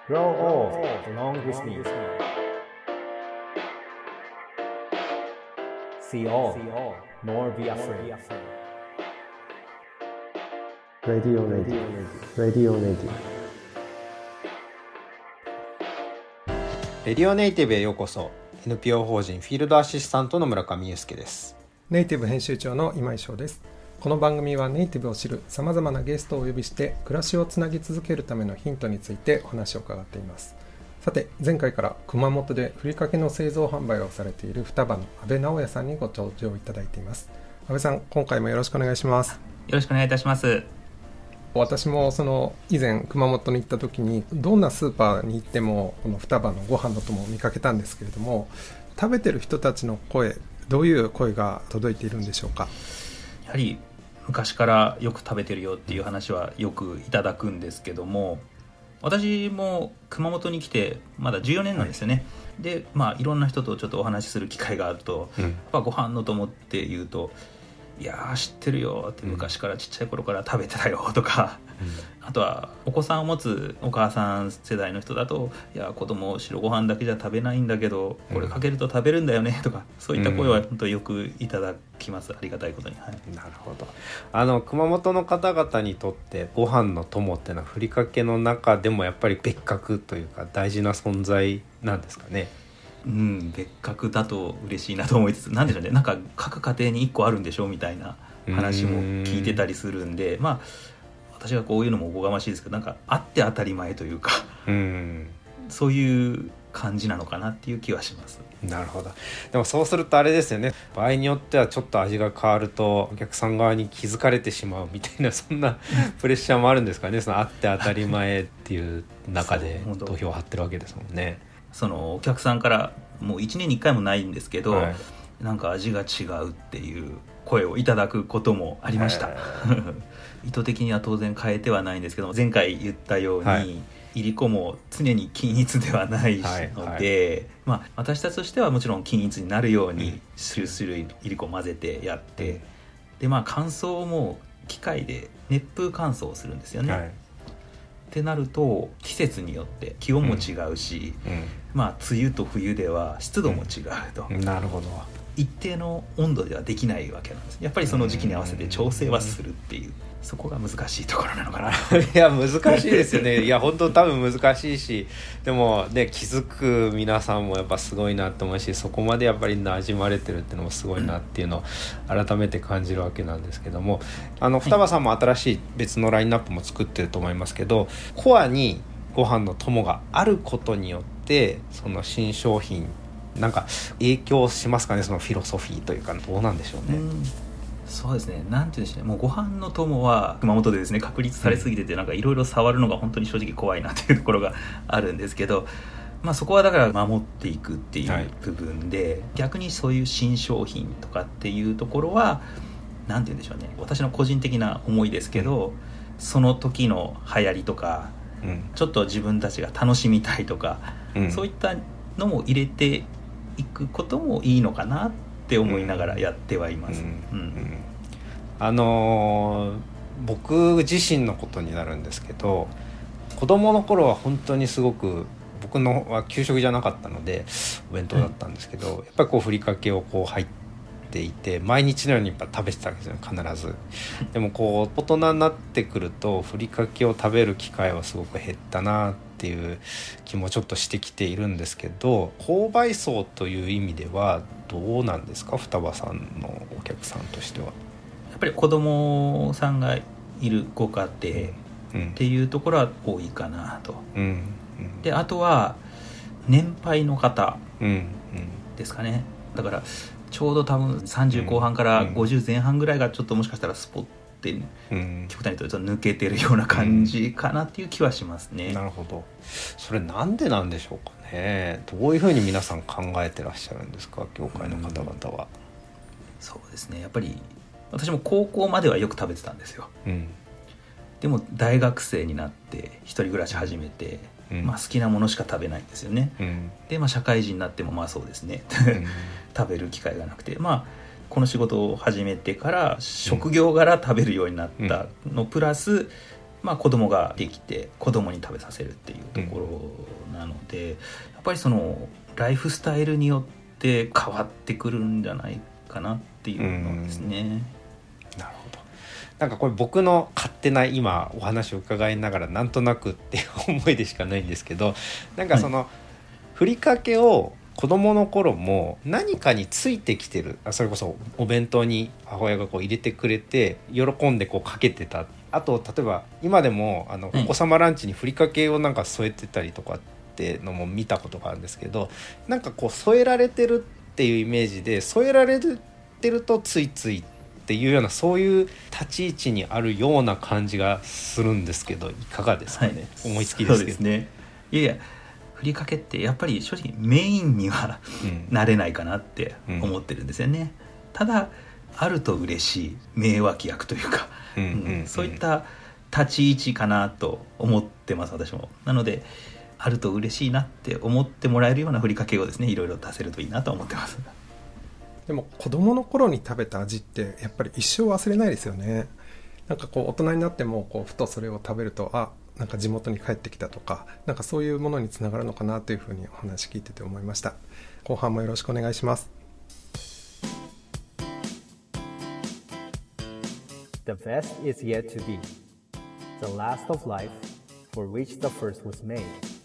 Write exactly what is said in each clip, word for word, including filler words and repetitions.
Grow old along with me. See all, nor be afraid. Radio Native Radio Native レディオネイティブへようこそ。 エヌピーオー 法人フィールドアシスタントの村上裕介です。 ネイティブ編集長の今井翔です。この番組はネイティブを知るさまざまなゲストをお呼びして暮らしをつなぎ続けるためのヒントについてお話を伺っています。さて、前回から熊本でふりかけの製造販売をされている双葉の阿部直也さんにご登場いただいています。阿部さん、今回もよろしくお願いします。 よろしくお願いいたします。 私もその以前熊本に行った時にどんなスーパーに行ってもこの双葉のご飯の友を見かけたんですけれども、食べてる人たちの声、どういう声が届いているんでしょうか。 やはり昔からよく食べてるよっていう話はよくいただくんですけども、私も熊本に来てまだじゅうよねんなんですよね、はい、で、まあ、いろんな人とちょっとお話しする機会があると、うん、やっぱご飯の友って言うと、いやー知ってるよって、昔からちっちゃい頃から食べてたよとか、うん、あとはお子さんを持つお母さん世代の人だと、いや子供白ご飯だけじゃ食べないんだけどこれかけると食べるんだよねとか、そういった声は本当によくいただきます。ありがたいことに、はい、 なるほど。あの熊本の方々にとってご飯の友っていうのはふりかけの中でもやっぱり別格というか大事な存在なんですかね。 うん、別格だと嬉しいなと思いつつ、なんでしょうね、なんか各家庭にいっこあるんでしょみたいな話も聞いてたりするんで、まあ私がこういうのもおこがましいですけど、なんかあって当たり前というか、うんそういう感じなのかなっていう気はします。 なるほど。でもそうするとあれですよね、場合によってはちょっと味が変わるとお客さん側に気づかれてしまうみたいな、そんなプレッシャーもあるんですかね。そのあって当たり前っていう中で投票を張ってるわけですもんね。 そのお客さんからもういちねんにいっかいもないんですけど、はい、なんか味が違うっていう声をいただくこともありました。意図的には当然変えてはないんですけど、前回言ったように、はい、いりこも常に均一ではないので、はいはいまあ、私たちとしてはもちろん均一になるように数種類いりこ混ぜてやって、うん、でまあ乾燥も機械で熱風乾燥をするんですよね、はいってなると季節によって気温も違うし、うんうんまあ、梅雨と冬では湿度も違うと、 うん、なるほど。 一定の温度ではできないわけなんです。やっぱりその時期に合わせて調整はするっていう、そこが難しいところなのかな。 いや難しいですよね。いや本当多分難しいし、でもね気づく皆さんもやっぱすごいなと思うし、そこまでやっぱり馴染まれてるっていうのもすごいなっていうのを改めて感じるわけなんですけども、あの双葉さんも新しい別のラインナップも作ってると思いますけど、コアにご飯の友があることによってその新商品なんか影響しますかね。そのフィロソフィーというかどうなんでしょうね。うんそうですね、なんていうんでしょうね、もうご飯の友は熊本でですね確立されすぎてて、なんかいろいろ触るのが本当に正直怖いなっていうところがあるんですけど、まあ、そこはだから守っていくっていう部分で、はい、逆にそういう新商品とかっていうところはなんていうんでしょうね、私の個人的な思いですけど、うん、その時の流行りとか、うん、ちょっと自分たちが楽しみたいとか、うん、そういったのも入れていくこともいいのかなって思いながらやってはいます、うんうんうん、 あのー、僕自身のことになるんですけど、子供の頃は本当にすごく、僕のは給食じゃなかったのでお弁当だったんですけど、うん、やっぱりこうふりかけをこう入っていて毎日のようにやっぱ食べてたわけですよね、必ず。でもこう大人になってくるとふりかけを食べる機会はすごく減ったなっていう気もちょっとしてきているんですけど、購買層という意味ではどうなんですか、双葉さんのお客さんとしては。 やっぱり子供さんがいるご家庭っていうところは多いかなと、うんうんうん、であとは年配の方ですかね、だからちょうど多分さんじゅう後半からごじゅう前半ぐらいがちょっともしかしたらスポッて極端に言うと抜けてるような感じかなっていう気はしますね、 うん、なるほど。それなんでなんでしょうかね。どういうふうに皆さん考えてらっしゃるんですか、業界の方々は。うん、 そうですね、やっぱり私も高校まではよく食べてたんですよ、うん、でも大学生になって一人暮らし始めて、うんまあ、好きなものしか食べないんですよね、うん、で、まあ、社会人になってもまあそうですね、うん、食べる機会がなくて、まあこの仕事を始めてから職業柄食べるようになったのプラス、 まあ、子供ができて子供に食べさせるっていうところなので、うん、やっぱりそのライフスタイルによって変わってくるんじゃないかなっていうのですね、うん、 なるほど。なんかこれ僕の勝手な今お話を伺いながらなんとなくっていう思いでしかないんですけど、なんかその、はい、ふりかけを子供の頃も何かについてきてる、それこそお弁当に母親がこう入れてくれて喜んでこうかけてた。あと例えば今でもあのお子様ランチにふりかけをなんか添えてたりとかってのも見たことがあるんですけど、なんかこう添えられてるっていうイメージで、添えられてるとついついっていうようなそういう立ち位置にあるような感じがするんですけど、いかがですかね、はい、思いつきですけど。 そうですね。いやいや、ふりかけってやっぱり正直メインには、うん、なれないかなって思ってるんですよね、うん、ただあると嬉しい名脇役というか、うんうんうん、そういった立ち位置かなと思ってます、私も。なのであると嬉しいなって思ってもらえるようなふりかけをですね、いろいろ出せるといいなと思ってます。 でも子供の頃に食べた味ってやっぱり一生忘れないですよね。なんかこう大人になってもこうふとそれを食べると、あ、なんか地元に帰ってきたとか、なんかそういうものにつながるのかなというふうにお話聞いてて思いました。後半もよろしくお願いします。 The best is yet to be, the last of life for which the first was made.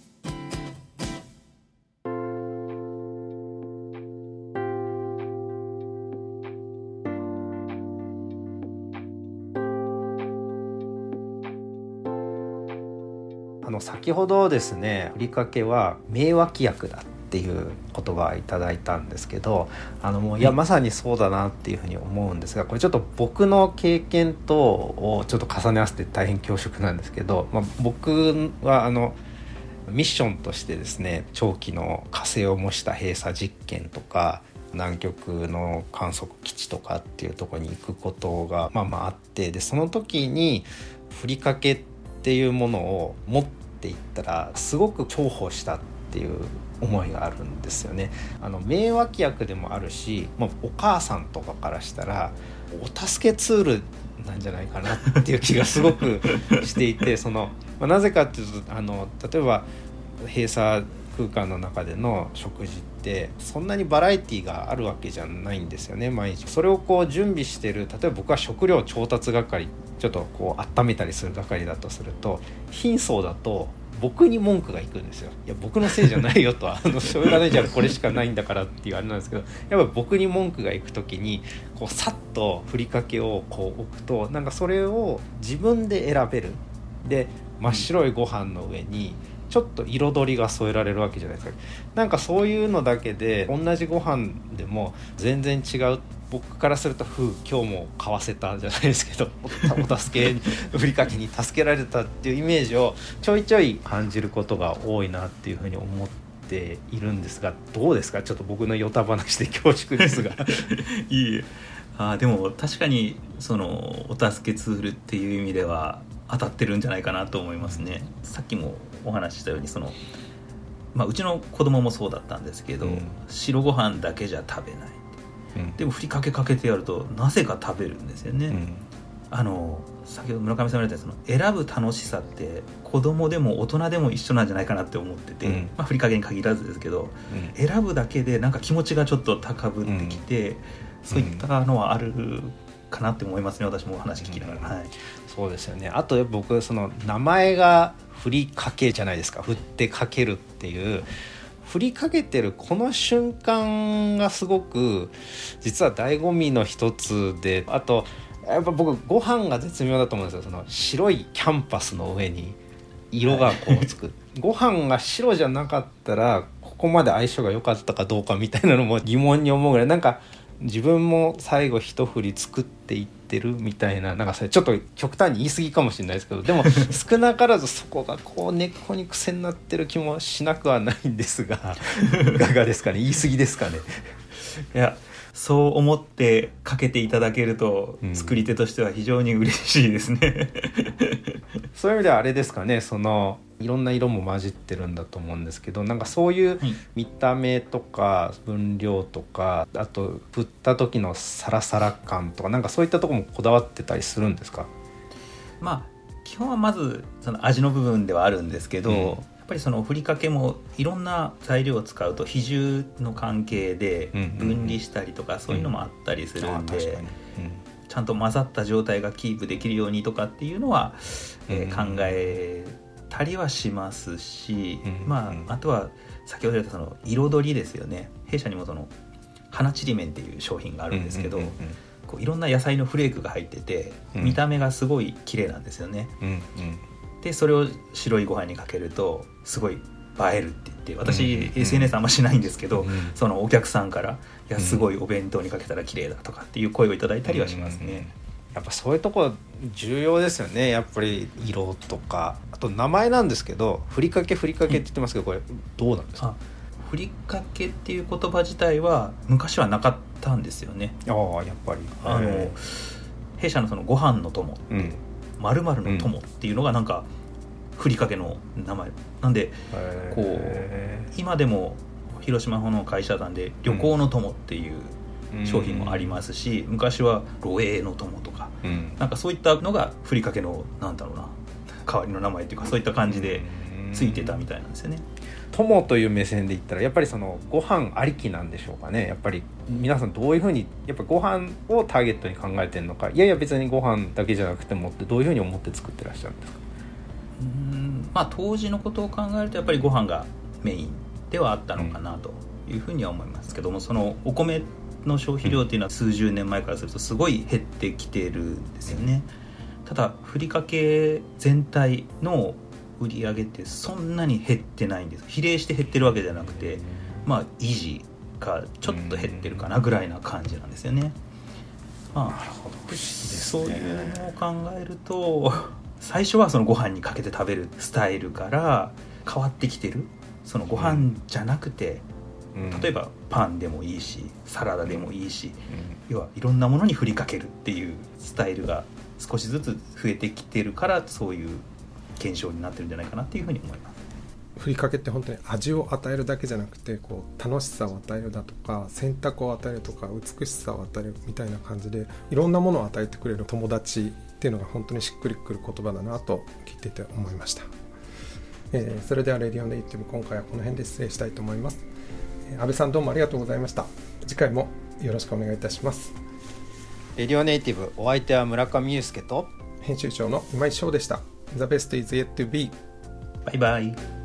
あの先ほどですね、ふりかけは名脇役だっていう言葉をいただいたんですけど、あのもういやまさにそうだなっていうふうに思うんですが、これちょっと僕の経験とをちょっと重ね合わせて大変恐縮なんですけど、まあ、僕はあのミッションとしてですね、長期の火星を模した閉鎖実験とか南極の観測基地とかっていうところに行くことがまあまああって、でその時にふりかけっていうものを持っていったらすごく重宝したっていう思いがあるんですよね。あの名脇役でもあるし、まあ、お母さんとかからしたらお助けツールなんじゃないかなっていう気がすごくしていてその、まあ、なぜかっていうとあの例えば閉鎖空間の中での食事ってそんなにバラエティがあるわけじゃないんですよね、毎日。それをこう準備してる、例えば僕は食料調達係、ちょっとこう温めたりする係だとすると、貧相だと僕に文句がいくんですよ。いや僕のせいじゃないよとあのしょうがないじゃん、これしかないんだからっていうあれなんですけど、やっぱり僕に文句がいくときにこうさっとふりかけをこう置くと、なんかそれを自分で選べる。で真っ白いご飯の上にちょっと彩りが添えられるわけじゃないですか。なんかそういうのだけで同じご飯でも全然違う。僕からするとふう今日も買わせたじゃないですけど お, お助けにふりかけに助けられたっていうイメージをちょいちょい感じることが多いなっていうふうに思っているんですが、どうですか？ちょっと僕のヨタ話で恐縮ですがいいえ、あでも確かにそのお助けツールっていう意味では当たってるんじゃないかなと思いますね。さっきもお話ししたようにその、まあ、うちの子供もそうだったんですけど、うん、白ご飯だけじゃ食べない、うん、でもふりかけかけてやるとなぜか食べるんですよね、うん、あの先ほど村上さんが言ったその選ぶ楽しさって子供でも大人でも一緒なんじゃないかなって思ってて、うんまあ、ふりかけに限らずですけど、うん、選ぶだけでなんか気持ちがちょっと高ぶってきて、うん、そういったのはあるかなって思いますね、私もお話聞きながら、うんはい、 そうですよね。あと僕その名前がふりかけじゃないですか、振ってかけるっていう振りかけてるこの瞬間がすごく実は醍醐味の一つで、あとやっぱ僕ご飯が絶妙だと思うんですよ。その白いキャンパスの上に色がこうつく、はい、ご飯が白じゃなかったらここまで相性が良かったかどうかみたいなのも疑問に思うぐらい、なんか自分も最後一振り作っていってるみたいな、なんかそれちょっと極端に言い過ぎかもしれないですけど、でも少なからずそこがこう根っこに癖になってる気もしなくはないんですがいかがですかね、言い過ぎですかね。 いやそう思ってかけていただけると、うん、作り手としては非常に嬉しいですねそういう意味ではあれですかね、そのいろんな色も混じってるんだと思うんですけど、なんかそういう見た目とか分量とか、あと振った時のサラサラ感とか、なんかそういったところもこだわってたりするんですか？ まあ基本はまずその味の部分ではあるんですけど、うん、やっぱりそのふりかけもいろんな材料を使うと比重の関係で分離したりとかそういうのもあったりするんで、うんうんうん、ちゃんと混ざった状態がキープできるようにとかっていうのは、えー、考えたりはしますし、うんうん、まあ、あとは先ほど言ったその彩りですよね。弊社にもその花ちりめんっていう商品があるんですけど、うんうんうんうん、こういろんな野菜のフレークが入ってて、うん、見た目がすごい綺麗なんですよね、うんうん、でそれを白いご飯にかけるとすごい映えるって言って私、うんうん、エスエヌエス あんましないんですけど、うんうん、そのお客さんからいやすごいお弁当にかけたら綺麗だとかっていう声をいただいたりはしますね、うんうん、 やっぱそういうところ重要ですよね。やっぱり色とかあと名前なんですけどふりかけふりかけって言ってますけど、これどうなんですか？ ふりかけっていう言葉自体は昔はなかったんですよね。 ああ、やっぱりあの弊社のそのご飯の友、〇〇の友っていうのがなんかふりかけの名前なんで、こう今でも広島の会社団で旅行の友っていう商品もありますし、うん、昔は露営の友とか、うん、なんかそういったのがふりかけのなんだろうな代わりの名前っていうかそういった感じでついてたみたいなんですよね。 友という目線で言ったらやっぱりそのご飯ありきなんでしょうかね。やっぱり皆さんどういうふうにやっぱご飯をターゲットに考えてるのか、いやいや別にご飯だけじゃなくてもってどういうふうに思って作ってらっしゃるんですか？ うーん、まあ当時のことを考えるとやっぱりご飯がメインではあったのかなというふうには思いますけども、そのお米の消費量っていうのは数十年前からするとすごい減ってきてるんですよね。ただふりかけ全体の売り上げってそんなに減ってないんです。比例して減ってるわけじゃなくて、まあ維持かちょっと減ってるかなぐらいな感じなんですよね。まあ、なるほど、不思議ですね。そういうのを考えると最初はそのご飯にかけて食べるスタイルから変わってきてる。そのご飯じゃなくて、うん、例えばパンでもいいしサラダでもいいし、うん、要はいろんなものに振りかけるっていうスタイルが少しずつ増えてきてるからそういう現象になってるんじゃないかなっていうふうに思います。 ふりかけって本当に味を与えるだけじゃなくてこう楽しさを与えるだとか選択を与えるとか美しさを与えるみたいな感じでいろんなものを与えてくれる友達っていうのが本当にしっくりくる言葉だなと聞いてて思いました。えー、それではレディオネイティブ今回はこの辺で失礼したいと思います。えー、安倍さんどうもありがとうございました。次回もよろしくお願いいたします。 レディオネイティブお相手は村上裕介と編集長の今井翔でした。The best is yet to be。 バイバイ。